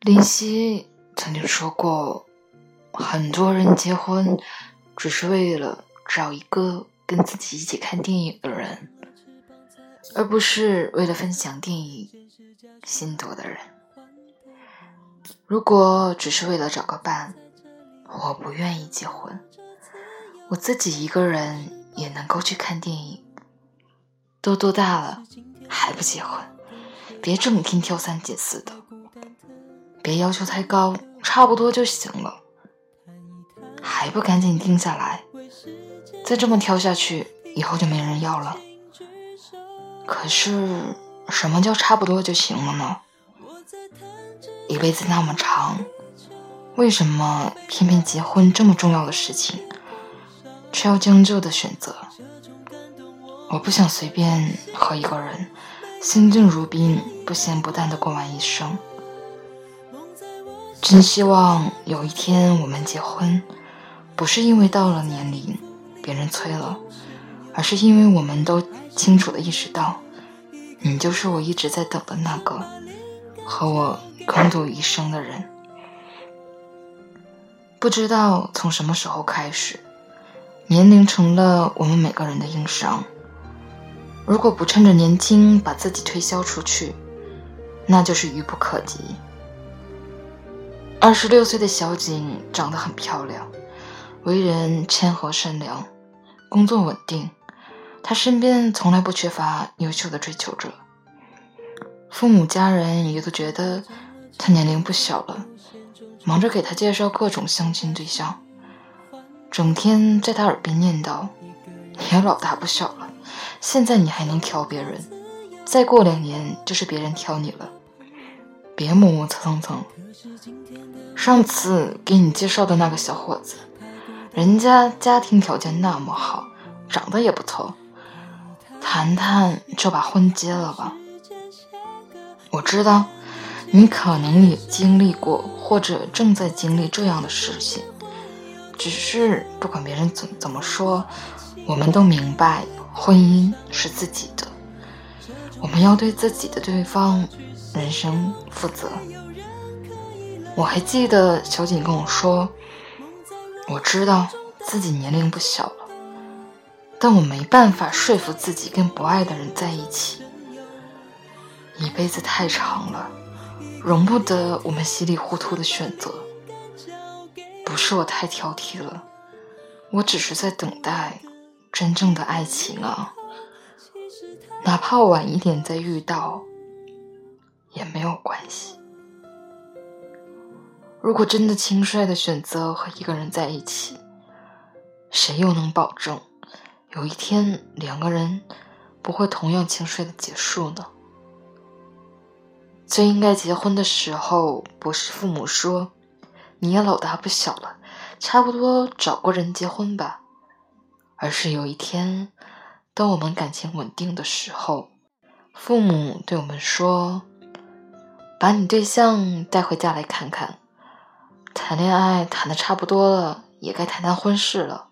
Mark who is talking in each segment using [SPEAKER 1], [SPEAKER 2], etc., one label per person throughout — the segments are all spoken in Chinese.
[SPEAKER 1] 林夕曾经说过，很多人结婚只是为了找一个跟自己一起看电影的人，而不是为了分享电影心得的人。如果只是为了找个伴，我不愿意结婚。我自己一个人也能够去看电影。都多大了还不结婚，别整天挑三拣四的，别要求太高，差不多就行了。还不赶紧定下来，再这么挑下去，以后就没人要了。可是什么叫差不多就行了呢？一辈子那么长，为什么偏偏结婚这么重要的事情却要将就的选择？我不想随便和一个人心静如冰，不咸不淡地过完一生。真希望有一天我们结婚，不是因为到了年龄别人催了，而是因为我们都清楚地意识到，你就是我一直在等的那个和我共度一生的人。不知道从什么时候开始，年龄成了我们每个人的硬伤。如果不趁着年轻把自己推销出去，那就是愚不可及。26岁的小景长得很漂亮，为人谦和善良，工作稳定，他身边从来不缺乏优秀的追求者。父母家人也都觉得他年龄不小了，忙着给他介绍各种相亲对象，整天在他耳边念叨，你也老大不小了，现在你还能挑别人，再过2年就是别人挑你了，别磨磨蹭蹭。上次给你介绍的那个小伙子，人家家庭条件那么好，长得也不错，谈谈就把婚结了吧。我知道你可能也经历过或者正在经历这样的事情，只是不管别人怎么说，我们都明白婚姻是自己的，我们要对自己的对方人生负责。我还记得小景跟我说，我知道自己年龄不小了，但我没办法说服自己跟不爱的人在一起。一辈子太长了，容不得我们稀里糊涂的选择。不是我太挑剔了，我只是在等待真正的爱情啊，哪怕晚一点再遇到也没有关系。如果真的轻率的选择和一个人在一起，谁又能保证有一天2个人不会同样轻率的结束呢？最应该结婚的时候，不是父母说你也老大不小了，差不多找个人结婚吧，而是有一天当我们感情稳定的时候，父母对我们说，把你对象带回家来看看，谈恋爱谈得差不多了，也该谈谈婚事了。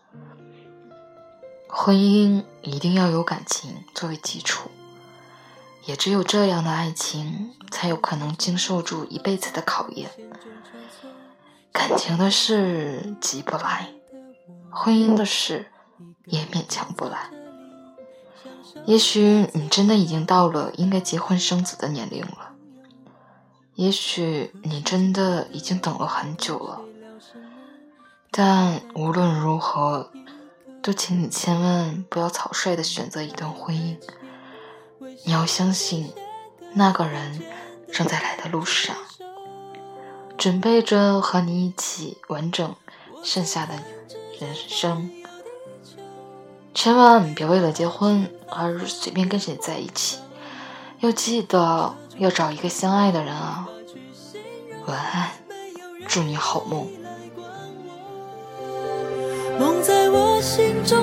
[SPEAKER 1] 婚姻一定要有感情作为基础，也只有这样的爱情才有可能经受住一辈子的考验。感情的事急不来，婚姻的事也勉强不来。也许你真的已经到了应该结婚生子的年龄了，也许你真的已经等了很久了，但无论如何，都请你千万不要草率地选择一段婚姻。你要相信，那个人正在来的路上，准备着和你一起完整剩下的人生。千万别为了结婚而随便跟谁在一起，要记得要找一个相爱的人啊。晚安，祝你好梦。
[SPEAKER 2] 梦在我心中